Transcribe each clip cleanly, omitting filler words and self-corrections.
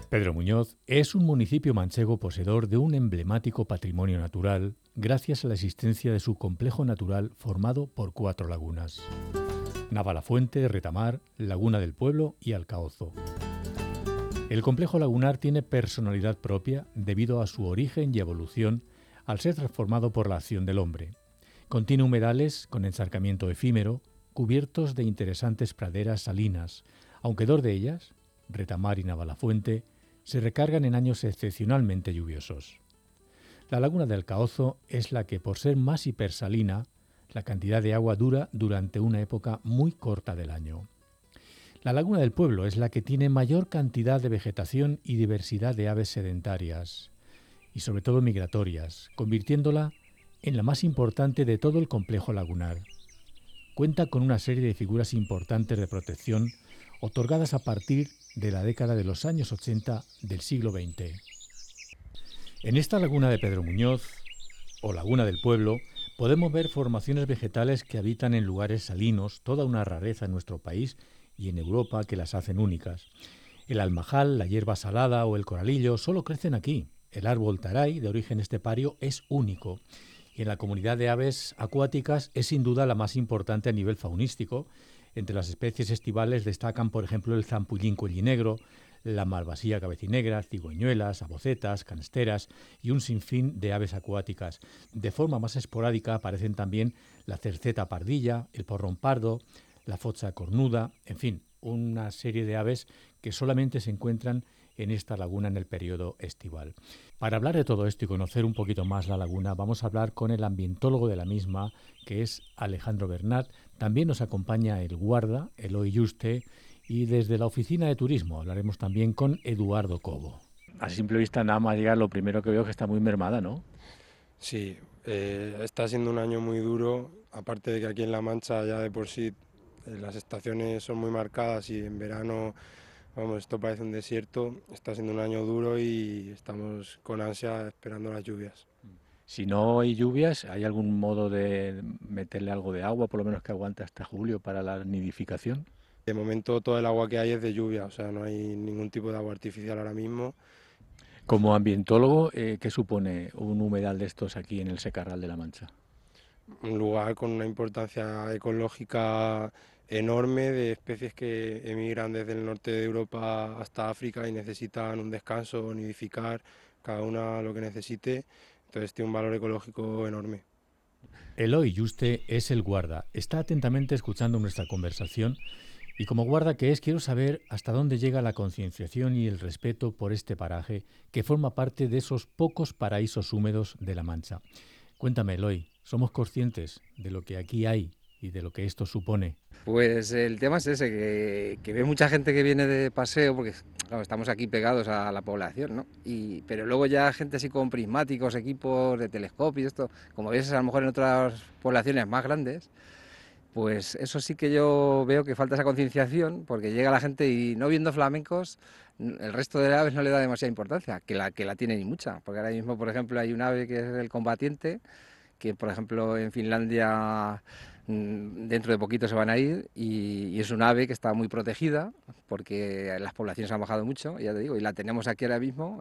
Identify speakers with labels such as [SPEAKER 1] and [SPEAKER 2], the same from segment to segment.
[SPEAKER 1] Pedro Muñoz es un municipio manchego poseedor de un emblemático patrimonio natural gracias a la existencia de su complejo natural formado por 4 lagunas: Navalafuente, Retamar, Laguna del Pueblo y Alcaozo. El complejo lagunar tiene personalidad propia debido a su origen y evolución al ser transformado por la acción del hombre. Contiene humedales con encharcamiento efímero, cubiertos de interesantes praderas salinas, aunque 2 de ellas, Retamar y Navalafuente, se recargan en años excepcionalmente lluviosos. La laguna de Alcaozo es la que, por ser más hipersalina, la cantidad de agua dura durante una época muy corta del año. La laguna del Pueblo es la que tiene mayor cantidad de vegetación y diversidad de aves sedentarias, y sobre todo migratorias, convirtiéndola en la más importante de todo el complejo lagunar. Cuenta con una serie de figuras importantes de protección otorgadas a partir de la década de los años 80 del siglo XX. En esta laguna de Pedro Muñoz, o Laguna del Pueblo, podemos ver formaciones vegetales que habitan en lugares salinos, toda una rareza en nuestro país y en Europa que las hacen únicas. El almajal, la hierba salada o el coralillo solo crecen aquí. El árbol taray, de origen estepario, es único. Y en la comunidad de aves acuáticas es sin duda la más importante a nivel faunístico. Entre las especies estivales destacan, por ejemplo, el zampullín cuellinegro, la malvasía cabecinegra, cigüeñuelas, abocetas, cansteras y un sinfín de aves acuáticas. De forma más esporádica aparecen también la cerceta pardilla, el porrón pardo, la focha cornuda, en fin, una serie de aves que solamente se encuentran en esta laguna en el periodo estival. Para hablar de todo esto y conocer un poquito más la laguna, vamos a hablar con el ambientólogo de la misma, que es Alejandro Bernat. También nos acompaña el guarda, Eloy Yuste, y desde la oficina de turismo hablaremos también con Eduardo Cobo. A simple vista, nada más llegar, lo primero que veo es que está muy mermada, ¿no?
[SPEAKER 2] Sí, está siendo un año muy duro, aparte de que aquí en La Mancha ya de por sí las estaciones son muy marcadas y en verano, vamos, esto parece un desierto. Está siendo un año duro y estamos con ansia esperando las lluvias.
[SPEAKER 1] Si no hay lluvias, ¿hay algún modo de meterle algo de agua, por lo menos que aguante hasta julio para la nidificación?
[SPEAKER 2] De momento todo el agua que hay es de lluvia, o sea, no hay ningún tipo de agua artificial ahora mismo.
[SPEAKER 1] Como ambientólogo, ¿qué supone un humedal de estos aquí en el Secarral de la Mancha?
[SPEAKER 2] Un lugar con una importancia ecológica enorme, de especies que emigran desde el norte de Europa hasta África y necesitan un descanso, nidificar, cada una lo que necesite. Entonces tiene un valor ecológico enorme.
[SPEAKER 1] Eloy Yuste es el guarda. Está atentamente escuchando nuestra conversación y como guarda que es, quiero saber hasta dónde llega la concienciación y el respeto por este paraje que forma parte de esos pocos paraísos húmedos de La Mancha. Cuéntame, Eloy, ¿somos conscientes de lo que aquí hay y de lo que esto supone?
[SPEAKER 3] Pues el tema es ese, que ve mucha gente que viene de paseo, porque claro, estamos aquí pegados a la población, ¿no? Pero luego ya gente así con prismáticos, equipos de telescopio, esto, como ves a lo mejor en otras poblaciones más grandes, pues eso sí que yo veo que falta esa concienciación, porque llega la gente y no viendo flamencos, el resto de aves no le da demasiada importancia, que la tiene ni mucha, porque ahora mismo, por ejemplo, hay un ave que es el combatiente, que por ejemplo en Finlandia dentro de poquito se van a ir y es un ave que está muy protegida porque las poblaciones han bajado mucho, ya te digo, y la tenemos aquí ahora mismo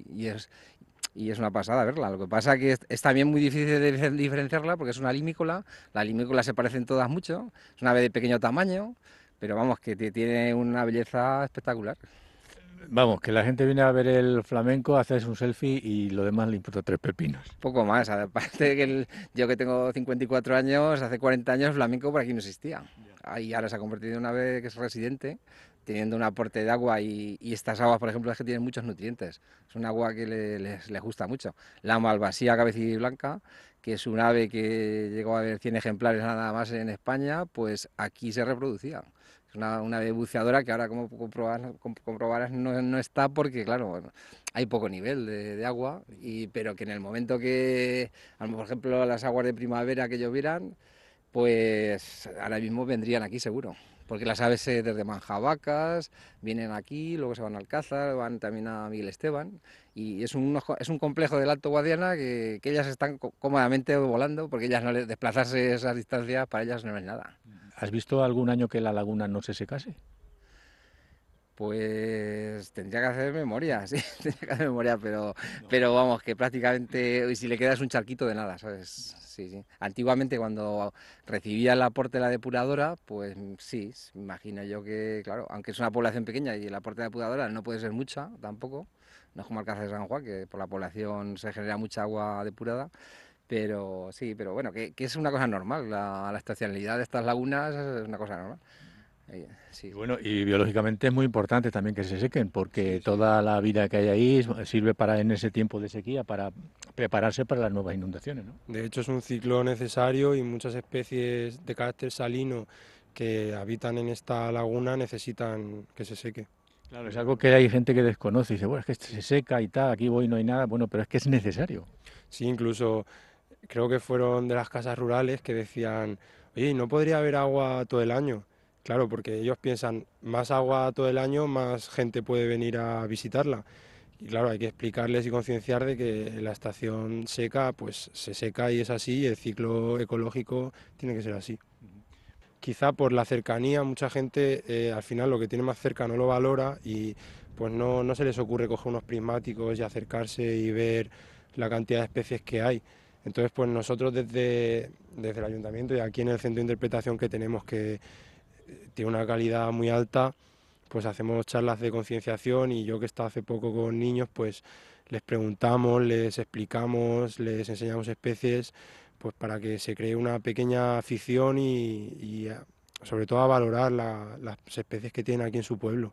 [SPEAKER 3] y es una pasada verla. Lo que pasa es que es también muy difícil de diferenciarla porque es una limícola, las limícolas se parecen todas mucho, es una ave de pequeño tamaño, pero vamos, que tiene una belleza espectacular.
[SPEAKER 1] Vamos, que la gente viene a ver el flamenco, haces un selfie y lo demás le importa 3 pepinos.
[SPEAKER 3] Poco más, aparte de que yo que tengo 54 años, hace 40 años flamenco por aquí no existía. Ahí ahora se ha convertido en una ave que es residente, teniendo un aporte de agua y estas aguas, por ejemplo, es que tienen muchos nutrientes. Es un agua que les gusta mucho. La malvasía cabeciblanca, que es un ave que llegó a haber 100 ejemplares nada más en España, pues aquí se reproducía. Es una ave buceadora que ahora, como comprobarás, no está porque, claro, bueno, hay poco nivel de agua, pero que en el momento que, por ejemplo, las aguas de primavera que llovieran, pues ahora mismo vendrían aquí seguro. Porque las aves desde Manjabacas vienen aquí, luego se van a Alcázar, van también a Miguel Esteban. Y es un complejo del Alto Guadiana que ellas están cómodamente volando, porque ellas no les desplazarse esas distancias para ellas no es nada.
[SPEAKER 1] ¿Has visto algún año que la laguna no se secase?
[SPEAKER 3] Pues tendría que hacer memoria, sí, tendría que hacer memoria, pero vamos, que prácticamente, y si le quedas un charquito de nada, ¿sabes? Sí, sí. Antiguamente cuando recibía el aporte de la depuradora, pues sí, me imagino yo que, claro, aunque es una población pequeña y el aporte de la depuradora no puede ser mucha tampoco, no es como el caso de San Juan, que por la población se genera mucha agua depurada, pero sí, pero bueno, que es una cosa normal, la estacionalidad de estas lagunas es una cosa normal.
[SPEAKER 1] Y
[SPEAKER 3] Sí.
[SPEAKER 1] bueno, y biológicamente es muy importante también que se sequen, porque
[SPEAKER 2] Sí, sí.
[SPEAKER 1] toda la vida que hay ahí sirve para en ese tiempo de sequía para prepararse para las nuevas inundaciones, ¿no?
[SPEAKER 2] De hecho, es un ciclo necesario y muchas especies de carácter salino que habitan en esta laguna necesitan que se seque.
[SPEAKER 1] Claro, es algo que hay gente que desconoce y dice, bueno, es que se seca y tal, aquí voy no hay nada, bueno, pero es que es necesario.
[SPEAKER 2] Sí, incluso creo que fueron de las casas rurales que decían, oye, ¿no podría haber agua todo el año? Claro, porque ellos piensan, más agua todo el año, más gente puede venir a visitarla. Y claro, hay que explicarles y concienciar de que la estación seca, pues se seca y es así, y el ciclo ecológico tiene que ser así. Quizá por la cercanía, mucha gente al final lo que tiene más cerca no lo valora y pues no se les ocurre coger unos prismáticos y acercarse y ver la cantidad de especies que hay. Entonces, pues nosotros desde el ayuntamiento y aquí en el centro de interpretación que tenemos, que tiene una calidad muy alta, pues hacemos charlas de concienciación y yo que he estado hace poco con niños, pues les preguntamos, les explicamos, les enseñamos especies, pues para que se cree una pequeña afición y sobre todo a valorar las especies que tienen aquí en su pueblo.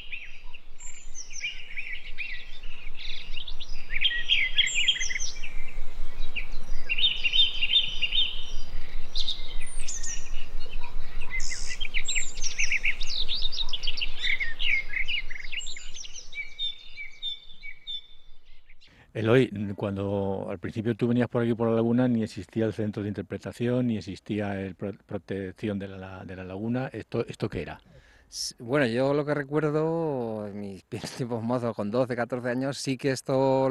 [SPEAKER 1] Eloy, cuando al principio tú venías por aquí por la laguna, ni existía el centro de interpretación, ni existía el protección de de la laguna. ¿Esto qué era?
[SPEAKER 3] Bueno, yo lo que recuerdo en mis tiempos mozos, con 12, 14 años, sí que esto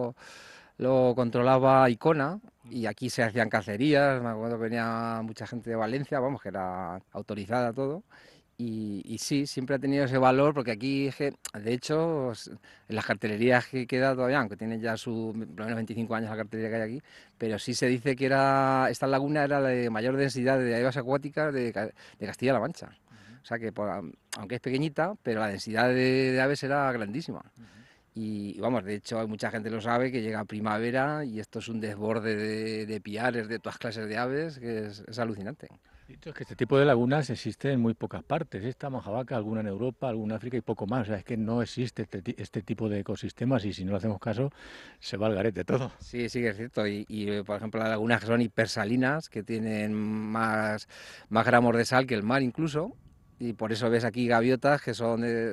[SPEAKER 3] lo controlaba Icona y aquí se hacían cacerías, me acuerdo que venía mucha gente de Valencia, vamos, que era autorizada todo. Y sí, siempre ha tenido ese valor porque aquí, de hecho, en las cartelerías que queda todavía, aunque tiene ya por lo menos 25 años la cartelería que hay aquí, pero sí se dice que esta laguna era la de mayor densidad de aves acuáticas de Castilla-La Mancha. O sea que, aunque es pequeñita, pero la densidad de aves era grandísima. Y vamos, de hecho, hay mucha gente lo sabe que llega primavera y esto es un desborde de piares de todas clases de aves que es alucinante.
[SPEAKER 1] Es que este tipo de lagunas existe en muy pocas partes. Esta Majavaca, alguna en Europa, alguna en África y poco más. O sea, es que no existe este tipo de ecosistemas y si no le hacemos caso, se va al garete todo.
[SPEAKER 3] Sí, sí que es cierto. Por ejemplo, las lagunas que son hipersalinas, que tienen más gramos de sal que el mar incluso, y por eso ves aquí gaviotas que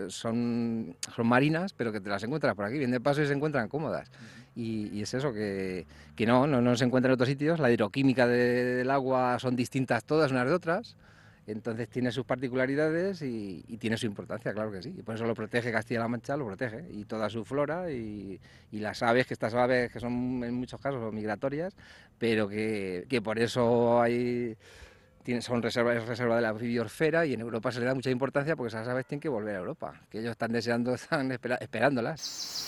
[SPEAKER 3] son marinas, pero que te las encuentras por aquí, vienen de paso y se encuentran cómodas. Y es eso, que no se encuentra en otros sitios. La hidroquímica del agua son distintas todas unas de otras. Entonces tiene sus particularidades y tiene su importancia, claro que sí. Y por eso lo protege Castilla-La Mancha, lo protege. Y toda su flora y las aves, que estas aves que son en muchos casos son migratorias, pero que por eso son es reserva de la biosfera y en Europa se le da mucha importancia porque esas aves tienen que volver a Europa, que ellos están deseando, están esperándolas.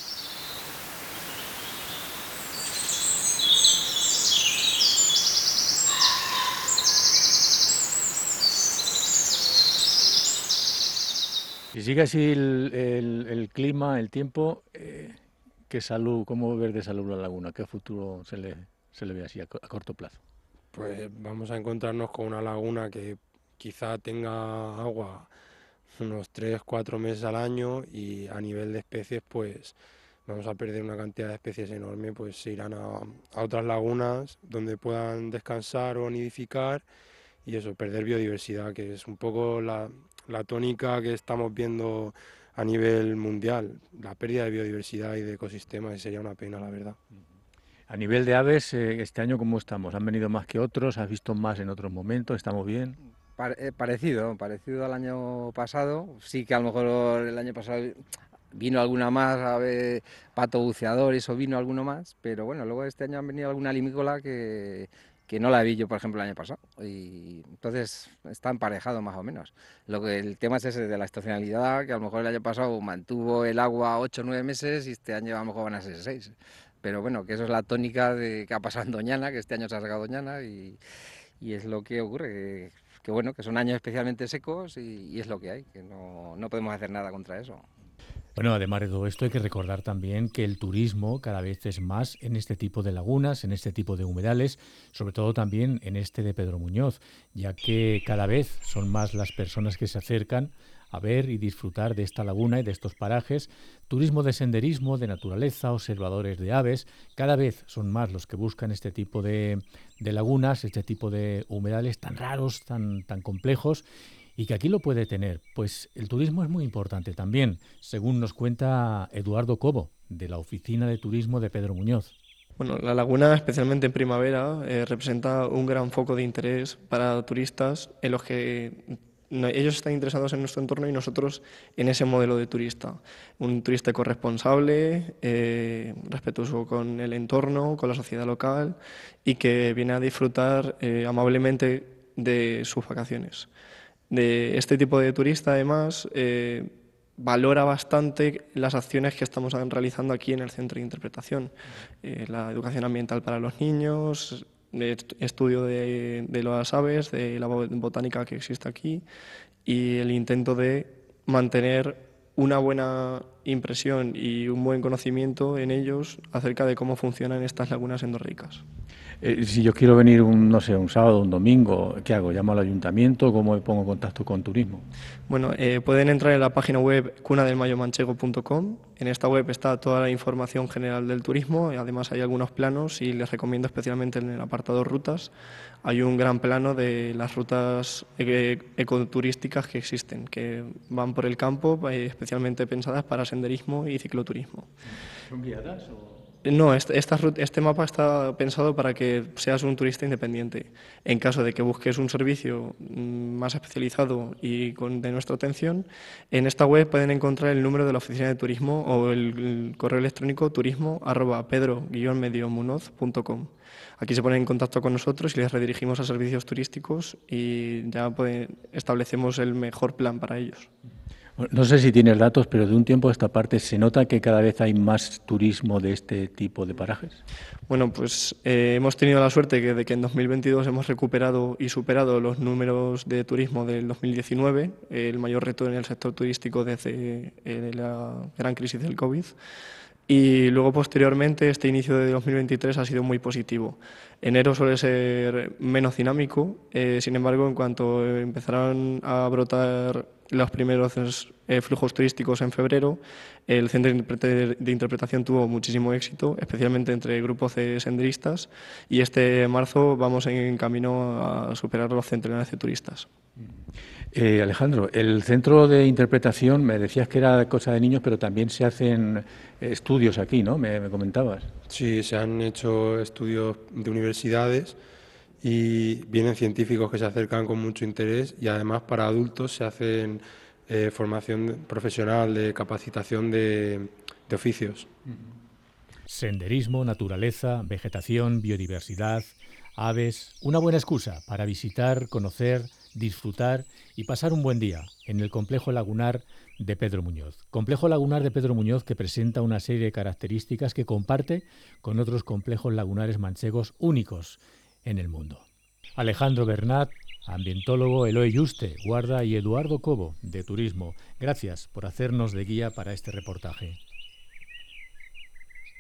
[SPEAKER 1] Si sigue así el clima, el tiempo, ¿qué salud, cómo ver de salud la laguna? ¿Qué futuro se le ve así a corto plazo?
[SPEAKER 2] Pues vamos a encontrarnos con una laguna que quizá tenga agua unos 3 4 meses al año y a nivel de especies pues vamos a perder una cantidad de especies enorme, pues se irán a otras lagunas donde puedan descansar o nidificar y eso, perder biodiversidad, que es un poco la tónica que estamos viendo a nivel mundial, la pérdida de biodiversidad y de ecosistemas, y sería una pena, la verdad.
[SPEAKER 1] A nivel de aves, este año, ¿cómo estamos? ¿Han venido más que otros? ¿Has visto más en otros momentos? ¿Estamos bien?
[SPEAKER 3] Parecido al año pasado. Sí que a lo mejor el año pasado vino alguna más, a ver, pato buceador, eso vino alguno más, pero bueno, luego este año han venido alguna limícola que que no la vi yo, por ejemplo, el año pasado. Y entonces está emparejado más o menos. El tema es ese de la estacionalidad, que a lo mejor el año pasado mantuvo el agua 8 o 9 meses y este año a lo mejor van a ser 6. Pero bueno, que eso es la tónica de que ha pasado en Doñana, que este año se ha sacado Doñana y es lo que ocurre, que bueno, que son años especialmente secos y es lo que hay, que no podemos hacer nada contra eso.
[SPEAKER 1] Bueno, además de todo esto hay que recordar también que el turismo cada vez es más en este tipo de lagunas, en este tipo de humedales, sobre todo también en este de Pedro Muñoz, ya que cada vez son más las personas que se acercan a ver y disfrutar de esta laguna y de estos parajes. Turismo de senderismo, de naturaleza, observadores de aves, cada vez son más los que buscan este tipo de lagunas, este tipo de humedales tan raros, tan complejos, y que aquí lo puede tener. Pues el turismo es muy importante también, según nos cuenta Eduardo Cobo, de la Oficina de Turismo de Pedro Muñoz.
[SPEAKER 4] Bueno, la laguna, especialmente en primavera, representa un gran foco de interés para turistas en los que ellos están interesados en nuestro entorno y nosotros en ese modelo de turista. Un turista corresponsable, respetuoso con el entorno, con la sociedad local y que viene a disfrutar amablemente de sus vacaciones. De este tipo de turista, además, valora bastante las acciones que estamos realizando aquí en el Centro de Interpretación. La educación ambiental para los niños, el estudio de las aves, de la botánica que existe aquí y el intento de mantener una buena impresión y un buen conocimiento en ellos acerca de cómo funcionan estas lagunas endorreicas.
[SPEAKER 5] Si yo quiero venir un sábado, un domingo, ¿qué hago? ¿Llamo al ayuntamiento? ¿Cómo me pongo en contacto con turismo?
[SPEAKER 4] Bueno, pueden entrar en la página web cunadelmayomanchego.com. En esta web está toda la información general del turismo y además hay algunos planos y les recomiendo especialmente en el apartado rutas. Hay un gran plano de las rutas ecoturísticas que existen, que van por el campo, especialmente pensadas para senderismo y cicloturismo.
[SPEAKER 5] ¿Son guiadas o...?
[SPEAKER 4] No, este mapa está pensado para que seas un turista independiente. En caso de que busques un servicio más especializado y de nuestra atención, en esta web pueden encontrar el número de la oficina de turismo o el correo electrónico turismo@pedro-mediomunoz.com. Aquí se ponen en contacto con nosotros y les redirigimos a servicios turísticos y ya establecemos el mejor plan para ellos.
[SPEAKER 5] No sé si tienes datos, pero de un tiempo a esta parte se nota que cada vez hay más turismo de este tipo de parajes.
[SPEAKER 4] Bueno, pues hemos tenido la suerte de que en 2022 hemos recuperado y superado los números de turismo del 2019, el mayor reto en el sector turístico desde la gran crisis del COVID. Y luego, posteriormente, este inicio de 2023 ha sido muy positivo. Enero suele ser menos dinámico, sin embargo, en cuanto empezaron a brotar los primeros flujos turísticos en febrero, el Centro de Interpretación tuvo muchísimo éxito, especialmente entre grupos de senderistas, y este marzo vamos en camino a superar los centenares de turistas.
[SPEAKER 5] Alejandro, el Centro de Interpretación, me decías que era cosa de niños, pero también se hacen estudios aquí, ¿no? Me comentabas.
[SPEAKER 2] Sí, se han hecho estudios de universidades y vienen científicos que se acercan con mucho interés y además para adultos se hacen formación profesional de capacitación de oficios.
[SPEAKER 1] Senderismo, naturaleza, vegetación, biodiversidad, aves, una buena excusa para visitar, conocer, disfrutar y pasar un buen día en el Complejo Lagunar de Pedro Muñoz. Complejo Lagunar de Pedro Muñoz que presenta una serie de características que comparte con otros complejos lagunares manchegos únicos en el mundo. Alejandro Bernat, ambientólogo, Eloy Yuste, guarda y Eduardo Cobo, de turismo. Gracias por hacernos de guía para este reportaje.